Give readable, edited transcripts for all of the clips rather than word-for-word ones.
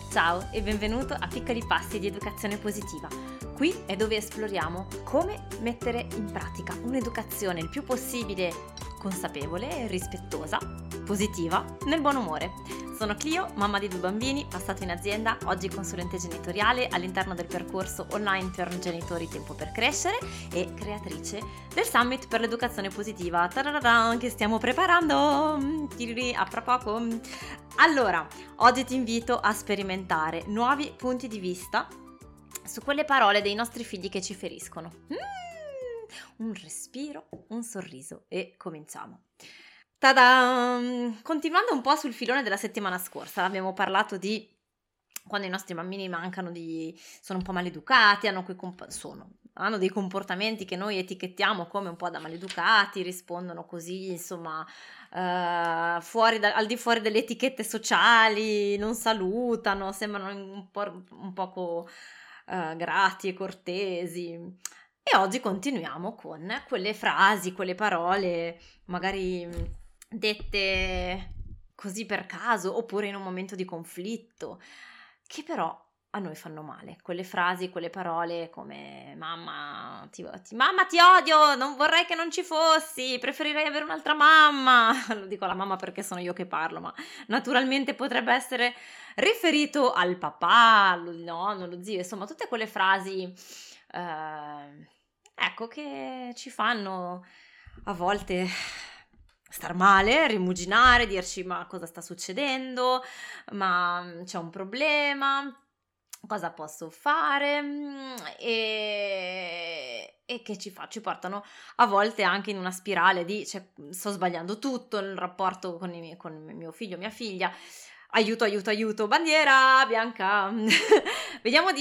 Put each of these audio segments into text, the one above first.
Ciao e benvenuto a Piccoli Passi di Educazione Positiva. Qui è dove esploriamo come mettere in pratica un'educazione il più possibile consapevole, rispettosa, positiva, nel buon umore. Sono Clio, mamma di 2 bambini, passato in azienda, oggi consulente genitoriale all'interno del percorso online Turn Genitori Tempo per Crescere e creatrice del Summit per l'Educazione Positiva che stiamo preparando a fra poco. Allora, oggi ti invito a sperimentare nuovi punti di vista su quelle parole dei nostri figli che ci feriscono. Un respiro, un sorriso e cominciamo. Ta-da! Continuando un po' sul filone della settimana scorsa, abbiamo parlato di quando i nostri bambini sono un po' maleducati, hanno dei comportamenti che noi etichettiamo come un po' da maleducati, rispondono così, insomma, al di fuori delle etichette sociali, non salutano, sembrano un poco grati e cortesi. E oggi continuiamo con quelle frasi, quelle parole, magari dette così per caso oppure in un momento di conflitto, che però a noi fanno male. Quelle frasi, quelle parole come mamma ti odio, non vorrei che non ci fossi, preferirei avere un'altra mamma. Lo dico alla mamma perché sono io che parlo, ma naturalmente potrebbe essere riferito al papà, al nonno, allo zio, insomma tutte quelle frasi ecco che ci fanno a volte star male, rimuginare, dirci ma cosa sta succedendo, ma c'è un problema, cosa posso fare e che ci portano a volte anche in una spirale di sto sbagliando tutto nel rapporto con mio figlio, mia figlia, aiuto, bandiera bianca. Vediamo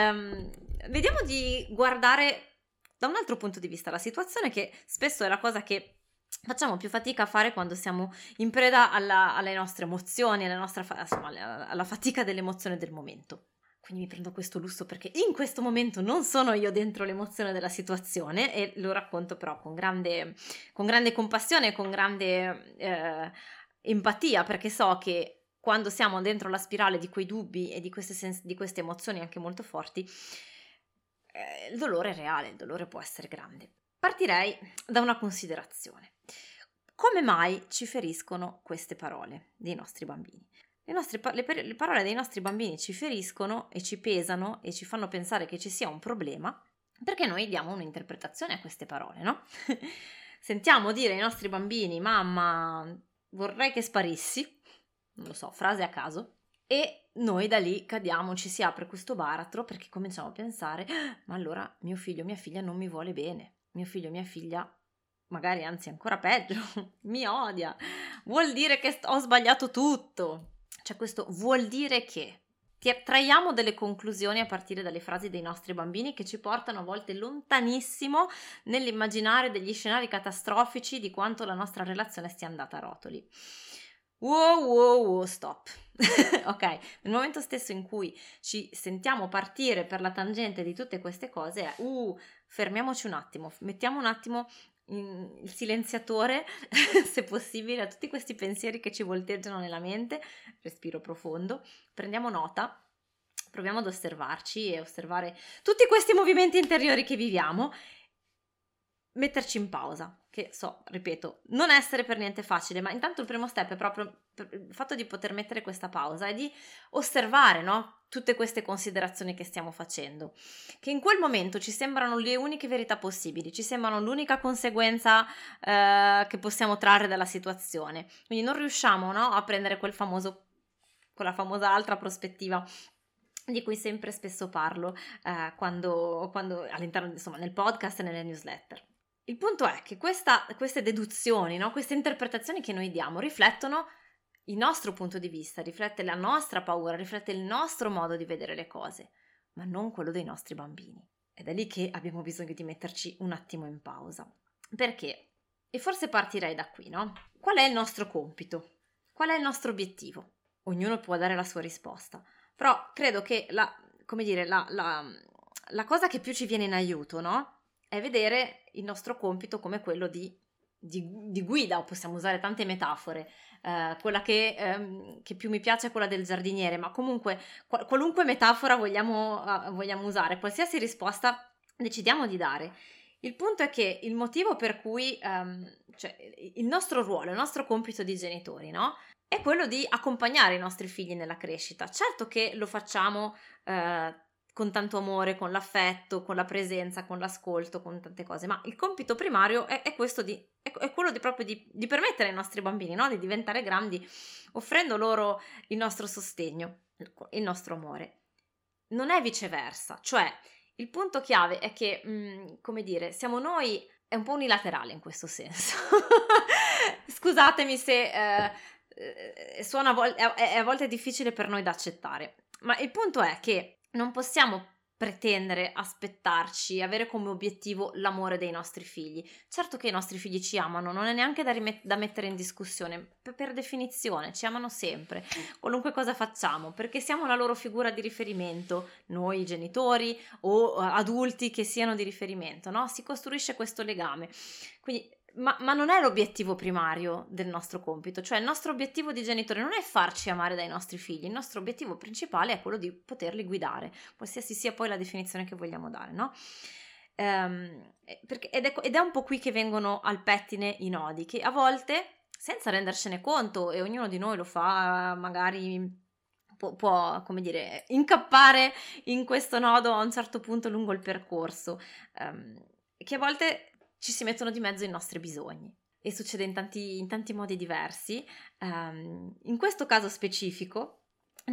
di guardare da un altro punto di vista la situazione, che spesso è la cosa che facciamo più fatica a fare quando siamo in preda alle nostre emozioni, alla fatica dell'emozione del momento. Quindi mi prendo questo lusso perché in questo momento non sono io dentro l'emozione della situazione e lo racconto però con grande compassione, con grande empatia, perché so che quando siamo dentro la spirale di quei dubbi e di queste emozioni anche molto forti, il dolore è reale, il dolore può essere grande. Partirei da una considerazione. Come mai ci feriscono queste parole dei nostri bambini? Le parole dei nostri bambini ci feriscono e ci pesano e ci fanno pensare che ci sia un problema perché noi diamo un'interpretazione a queste parole, no? Sentiamo dire ai nostri bambini: mamma, vorrei che sparissi, non lo so, frase a caso, e noi da lì cadiamo, ci si apre questo baratro perché cominciamo a pensare: ma allora mio figlio o mia figlia non mi vuole bene, mio figlio o mia figlia magari anzi ancora peggio mi odia, vuol dire che ho sbagliato tutto. Cioè questo vuol dire che traiamo delle conclusioni a partire dalle frasi dei nostri bambini che ci portano a volte lontanissimo nell'immaginare degli scenari catastrofici di quanto la nostra relazione sia andata a rotoli. Wow, stop. Ok, nel momento stesso in cui ci sentiamo partire per la tangente di tutte queste cose fermiamoci un attimo, mettiamo un attimo il silenziatore se possibile a tutti questi pensieri che ci volteggiano nella mente, respiro profondo, prendiamo nota, proviamo ad osservarci e osservare tutti questi movimenti interiori che viviamo, metterci in pausa, che ripeto, non essere per niente facile, ma intanto il primo step è proprio il fatto di poter mettere questa pausa e di osservare, no? Tutte queste considerazioni che stiamo facendo, che in quel momento ci sembrano le uniche verità possibili, ci sembrano l'unica conseguenza che possiamo trarre dalla situazione. Quindi non riusciamo, no, a prendere quella famosa altra prospettiva di cui sempre spesso parlo quando all'interno, insomma, nel podcast e nelle newsletter. Il punto è che queste deduzioni, no, queste interpretazioni che noi diamo riflettono il nostro punto di vista, riflette la nostra paura, riflette il nostro modo di vedere le cose, ma non quello dei nostri bambini. È da lì che abbiamo bisogno di metterci un attimo in pausa. Perché? E forse partirei da qui, no? Qual è il nostro compito? Qual è il nostro obiettivo? Ognuno può dare la sua risposta, però credo che la cosa che più ci viene in aiuto, no? È vedere il nostro compito come quello di guida, o possiamo usare tante metafore, quella che più mi piace è quella del giardiniere, ma comunque qualunque metafora vogliamo usare, qualsiasi risposta decidiamo di dare. Il punto è che il motivo per cui, cioè il nostro ruolo, il nostro compito di genitori, no? È quello di accompagnare i nostri figli nella crescita. Certo che lo facciamo con tanto amore, con l'affetto, con la presenza, con l'ascolto, con tante cose, ma il compito primario è questo è quello proprio di permettere ai nostri bambini, no? Di diventare grandi, offrendo loro il nostro sostegno, il nostro amore. Non è viceversa, cioè il punto chiave è che, come dire, siamo noi, è un po' unilaterale in questo senso. Scusatemi se suona è a volte difficile per noi da accettare, ma il punto è che non possiamo pretendere, aspettarci, avere come obiettivo l'amore dei nostri figli. Certo che i nostri figli ci amano, non è neanche da mettere in discussione, per definizione ci amano sempre, qualunque cosa facciamo, perché siamo la loro figura di riferimento, noi genitori o adulti che siano di riferimento, no? Si costruisce questo legame. Quindi ma non è l'obiettivo primario del nostro compito, cioè il nostro obiettivo di genitore non è farci amare dai nostri figli, il nostro obiettivo principale è quello di poterli guidare, qualsiasi sia poi la definizione che vogliamo dare, no? Ed è un po' qui che vengono al pettine i nodi, che a volte, senza rendercene conto, e ognuno di noi lo fa, magari può, come dire, incappare in questo nodo a un certo punto lungo il percorso, che a volte ci si mettono di mezzo i nostri bisogni e succede in tanti modi diversi. In questo caso specifico,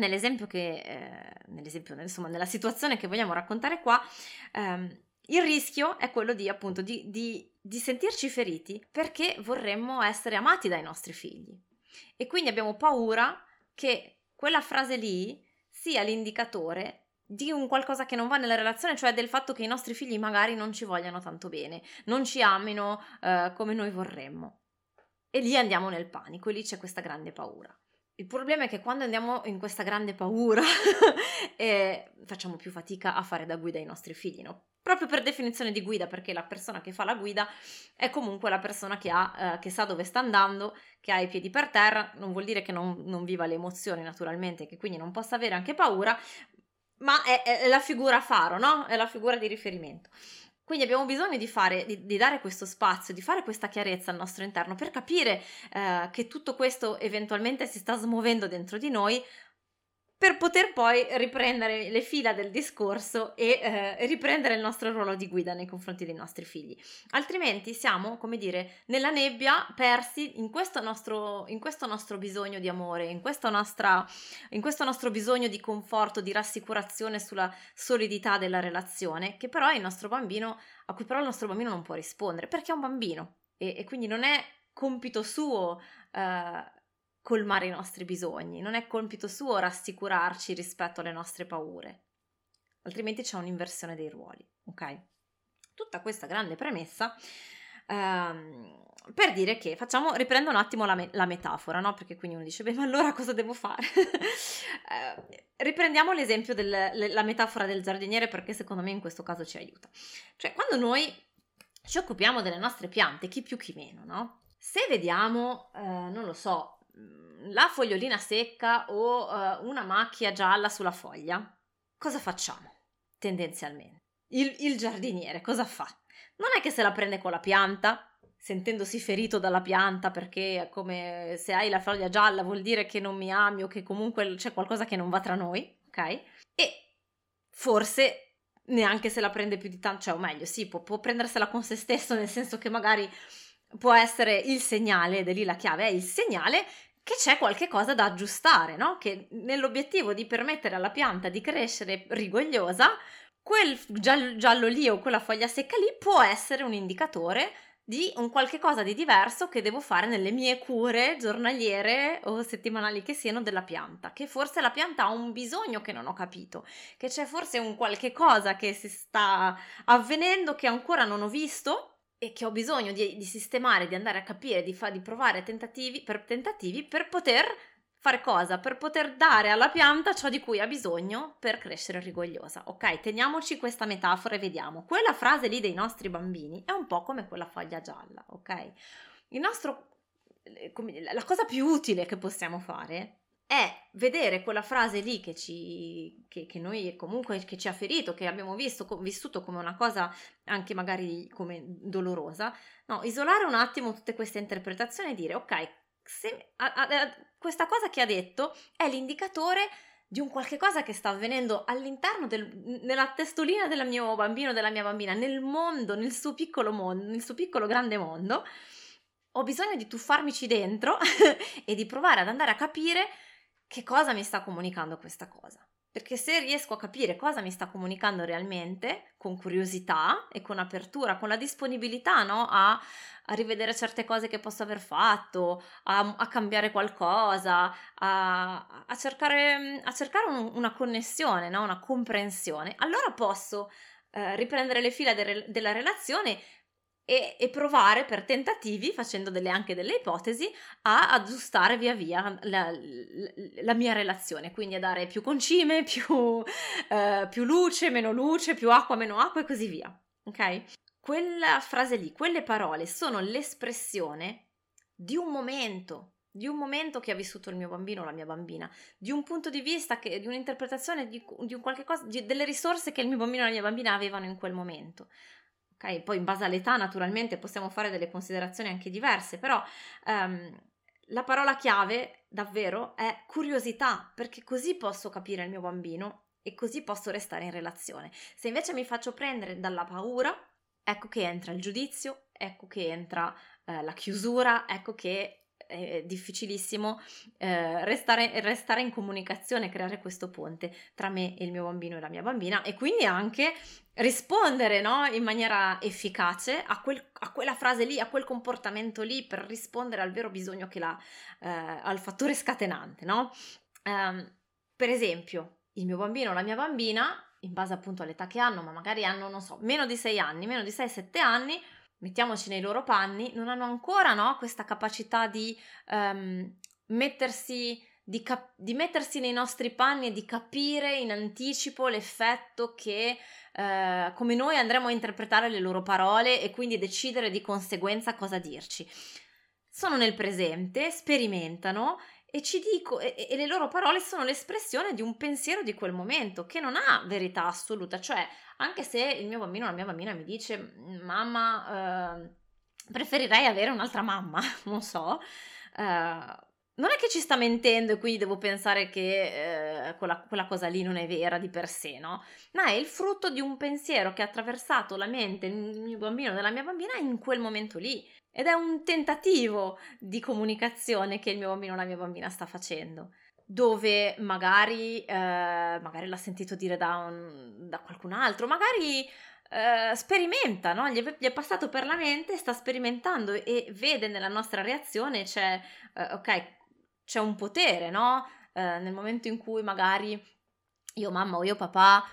nella situazione che vogliamo raccontare qua, il rischio è quello di appunto di sentirci feriti perché vorremmo essere amati dai nostri figli e quindi abbiamo paura che quella frase lì sia l'indicatore di un qualcosa che non va nella relazione, cioè del fatto che i nostri figli magari non ci vogliano tanto bene, non ci amino come noi vorremmo. E lì andiamo nel panico e lì c'è questa grande paura. Il problema è che quando andiamo in questa grande paura facciamo più fatica a fare da guida ai nostri figli, no? Proprio per definizione di guida, perché la persona che fa la guida è comunque la persona che sa dove sta andando, che ha i piedi per terra. Non vuol dire che non viva le emozioni, naturalmente, che quindi non possa avere anche paura, ma è la figura faro, no? È la figura di riferimento. Quindi abbiamo bisogno di dare questo spazio, di fare questa chiarezza al nostro interno per capire che tutto questo eventualmente si sta smuovendo dentro di noi, per poter poi riprendere le fila del discorso e riprendere il nostro ruolo di guida nei confronti dei nostri figli. Altrimenti siamo, come dire, nella nebbia, persi in questo nostro bisogno di amore, in questo nostro bisogno di conforto, di rassicurazione sulla solidità della relazione, a cui però il nostro bambino non può rispondere, perché è un bambino e quindi non è compito suo colmare i nostri bisogni, non è compito suo rassicurarci rispetto alle nostre paure, altrimenti c'è un'inversione dei ruoli, ok? Tutta questa grande premessa per dire che riprendo un attimo la metafora, no? Perché quindi uno dice, beh, ma allora cosa devo fare? Riprendiamo l'esempio della metafora del giardiniere, perché secondo me in questo caso ci aiuta. Cioè, quando noi ci occupiamo delle nostre piante, chi più chi meno, no? Se vediamo, non lo so, la fogliolina secca o una macchia gialla sulla foglia, cosa facciamo tendenzialmente? Il giardiniere cosa fa? Non è che se la prende con la pianta, sentendosi ferito dalla pianta perché è come se hai la foglia gialla vuol dire che non mi ami o che comunque c'è qualcosa che non va tra noi, ok? E forse neanche se la prende più di tanto, cioè o meglio sì, può prendersela con se stesso, nel senso che magari può essere il segnale, ed è lì la chiave, è il segnale che c'è qualche cosa da aggiustare, no? Che nell'obiettivo di permettere alla pianta di crescere rigogliosa, quel giallo lì o quella foglia secca lì può essere un indicatore di un qualche cosa di diverso che devo fare nelle mie cure giornaliere o settimanali che siano della pianta, che forse la pianta ha un bisogno che non ho capito, che c'è forse un qualche cosa che si sta avvenendo che ancora non ho visto e che ho bisogno di sistemare, di andare a capire, di provare tentativi per poter fare cosa? Per poter dare alla pianta ciò di cui ha bisogno per crescere rigogliosa. Ok, teniamoci questa metafora e vediamo. Quella frase lì dei nostri bambini è un po' come quella foglia gialla, ok? Il nostro la cosa più utile che possiamo fare è vedere quella frase lì che noi comunque che ci ha ferito, che abbiamo vissuto come una cosa anche magari come dolorosa, no, isolare un attimo tutte queste interpretazioni e dire ok, questa cosa che ha detto è l'indicatore di un qualche cosa che sta avvenendo all'interno nella testolina del mio bambino, della mia bambina, nel mondo, nel suo piccolo mondo, nel suo piccolo grande mondo. Ho bisogno di tuffarmici dentro e di provare ad andare a capire che cosa mi sta comunicando questa cosa. Perché se riesco a capire cosa mi sta comunicando realmente, con curiosità e con apertura, con la disponibilità, no, a rivedere certe cose che posso aver fatto, a cambiare qualcosa, a cercare una connessione, no, una comprensione, allora posso riprendere le fila della relazione e provare per tentativi, facendo anche delle ipotesi, a aggiustare via via la mia relazione, quindi a dare più concime, più luce, meno luce, più acqua, meno acqua e così via, ok? Quella frase lì, quelle parole sono l'espressione di un momento che ha vissuto il mio bambino o la mia bambina, di un punto di vista, di un'interpretazione di un qualche cosa, delle risorse che il mio bambino e la mia bambina avevano in quel momento. Okay? Poi in base all'età naturalmente possiamo fare delle considerazioni anche diverse, però la parola chiave davvero è curiosità, perché così posso capire il mio bambino e così posso restare in relazione. Se invece mi faccio prendere dalla paura, ecco che entra il giudizio, ecco che entra la chiusura, ecco che è difficilissimo restare in comunicazione, creare questo ponte tra me e il mio bambino e la mia bambina, e quindi anche rispondere, no, in maniera efficace a quella frase lì, a quel comportamento lì, per rispondere al vero bisogno che al fattore scatenante, no? Per esempio, il mio bambino o la mia bambina, in base appunto all'età che hanno, ma magari hanno, non so, meno di 6 anni, meno di 6-7 anni, mettiamoci nei loro panni, non hanno ancora, no, questa capacità di mettersi nei nostri panni e di capire in anticipo l'effetto che come noi andremo a interpretare le loro parole e quindi decidere di conseguenza cosa dirci. Sono nel presente, sperimentano e le loro parole sono l'espressione di un pensiero di quel momento che non ha verità assoluta, cioè anche se il mio bambino o la mia bambina mi dice mamma preferirei avere un'altra mamma, non so, non è che ci sta mentendo e quindi devo pensare che quella cosa lì non è vera di per sé, no? Ma è il frutto di un pensiero che ha attraversato la mente del mio bambino o della mia bambina in quel momento lì. Ed è un tentativo di comunicazione che il mio bambino o la mia bambina sta facendo, dove magari l'ha sentito dire da qualcun altro, magari sperimenta, no? Gli è passato per la mente, sta sperimentando e vede nella nostra reazione ok, c'è un potere, no? Nel momento in cui magari io mamma o io papà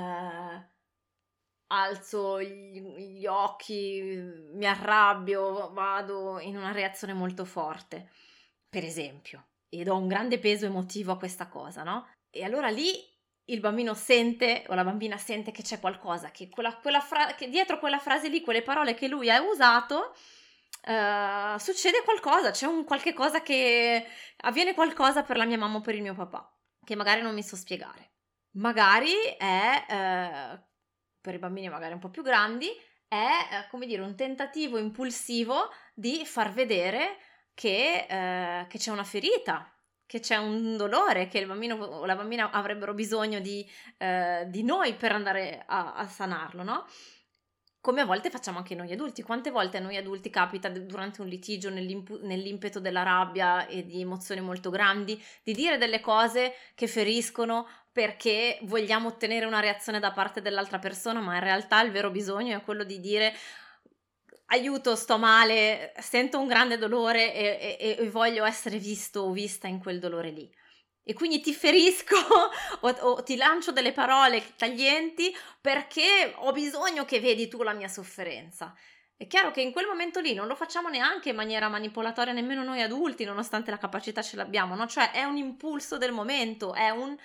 alzo gli occhi, mi arrabbio, vado in una reazione molto forte, per esempio, e do un grande peso emotivo a questa cosa, no? E allora lì il bambino sente o la bambina sente che c'è qualcosa, che che dietro quella frase lì, quelle parole che lui ha usato, succede qualcosa, c'è un qualche cosa che avviene, qualcosa per la mia mamma o per il mio papà, che magari non mi so spiegare. Magari è per i bambini magari un po' più grandi, è come dire un tentativo impulsivo di far vedere che c'è una ferita, che c'è un dolore, che il bambino o la bambina avrebbero bisogno di noi per andare a sanarlo, no? Come a volte facciamo anche noi adulti. Quante volte a noi adulti capita durante un litigio, nell'impeto della rabbia e di emozioni molto grandi, di dire delle cose che feriscono perché vogliamo ottenere una reazione da parte dell'altra persona, ma in realtà il vero bisogno è quello di dire aiuto, sto male, sento un grande dolore e voglio essere visto o vista in quel dolore lì. E quindi ti ferisco o ti lancio delle parole taglienti perché ho bisogno che vedi tu la mia sofferenza. È chiaro che in quel momento lì non lo facciamo neanche in maniera manipolatoria, nemmeno noi adulti, nonostante la capacità ce l'abbiamo, no? Cioè è un impulso del momento, è un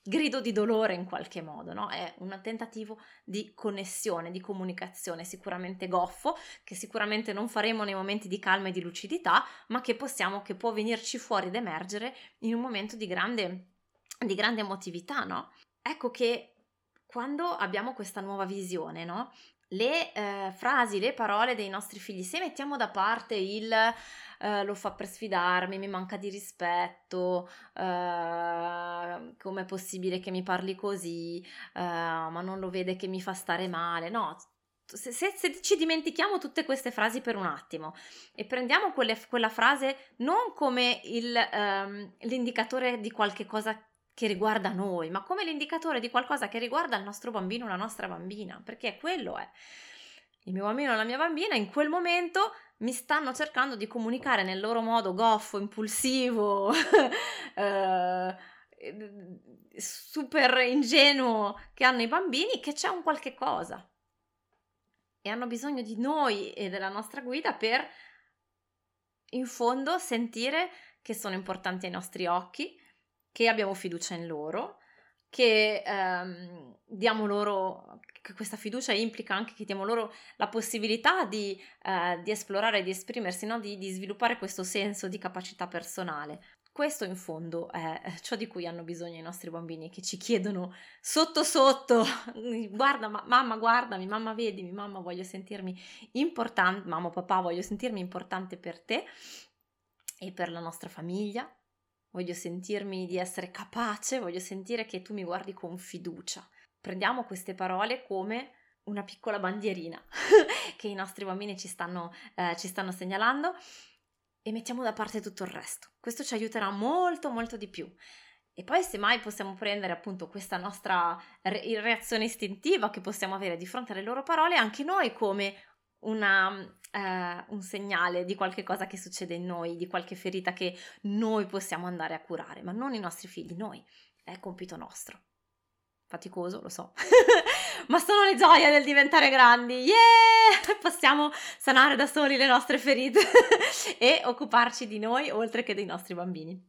grido di dolore in qualche modo, no? È un tentativo di connessione, di comunicazione, sicuramente goffo, che sicuramente non faremo nei momenti di calma e di lucidità, ma che può venirci fuori ed emergere in un momento di grande emotività, no? Ecco che quando abbiamo questa nuova visione, no? Le frasi, le parole dei nostri figli, se mettiamo da parte il lo fa per sfidarmi, mi manca di rispetto, com'è possibile che mi parli così, ma non lo vede che mi fa stare male, no? Se ci dimentichiamo tutte queste frasi per un attimo e prendiamo quella frase non come l'indicatore di qualche cosa che riguarda noi, ma come l'indicatore di qualcosa che riguarda il nostro bambino o la nostra bambina, perché quello è. Il mio bambino o la mia bambina in quel momento mi stanno cercando di comunicare nel loro modo goffo, impulsivo, super ingenuo che hanno i bambini, che c'è un qualche cosa. E hanno bisogno di noi e della nostra guida per, in fondo, sentire che sono importanti ai nostri occhi, che abbiamo fiducia in loro, che diamo loro, che questa fiducia implica anche che diamo loro la possibilità di esplorare, di esprimersi, no? di sviluppare questo senso di capacità personale. Questo in fondo è ciò di cui hanno bisogno i nostri bambini, che ci chiedono sotto sotto, guarda mamma guardami, mamma vedimi, mamma voglio sentirmi importante, mamma papà voglio sentirmi importante per te e per la nostra famiglia. Voglio sentirmi di essere capace, voglio sentire che tu mi guardi con fiducia. Prendiamo queste parole come una piccola bandierina che i nostri bambini ci stanno segnalando e mettiamo da parte tutto il resto. Questo ci aiuterà molto molto di più. E poi semmai possiamo prendere appunto questa nostra reazione istintiva che possiamo avere di fronte alle loro parole anche noi come un segnale di qualche cosa che succede in noi, di qualche ferita che noi possiamo andare a curare, ma non i nostri figli, noi, è compito nostro. Faticoso, lo so, ma sono le gioie del diventare grandi, yeah! Possiamo sanare da soli le nostre ferite e occuparci di noi oltre che dei nostri bambini.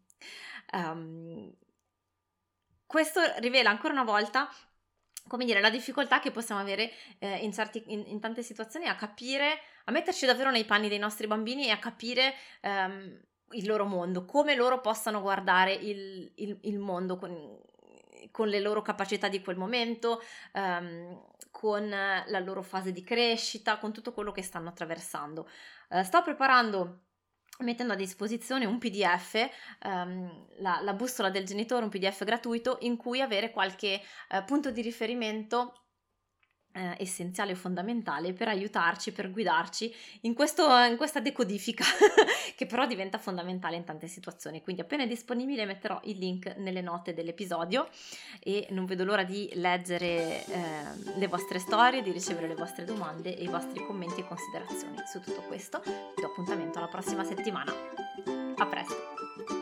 Questo rivela ancora una volta, come dire, la difficoltà che possiamo avere in tante situazioni a capire, a metterci davvero nei panni dei nostri bambini e a capire il loro mondo, come loro possano guardare il mondo con le loro capacità di quel momento, con la loro fase di crescita, con tutto quello che stanno attraversando. Sto mettendo a disposizione un PDF, la bussola del genitore, un PDF gratuito in cui avere qualche punto di riferimento essenziale e fondamentale per aiutarci, per guidarci in questa decodifica che però diventa fondamentale in tante situazioni. Quindi appena è disponibile metterò il link nelle note dell'episodio e non vedo l'ora di leggere le vostre storie, di ricevere le vostre domande e i vostri commenti e considerazioni su tutto questo. Vi do appuntamento alla prossima settimana. A presto!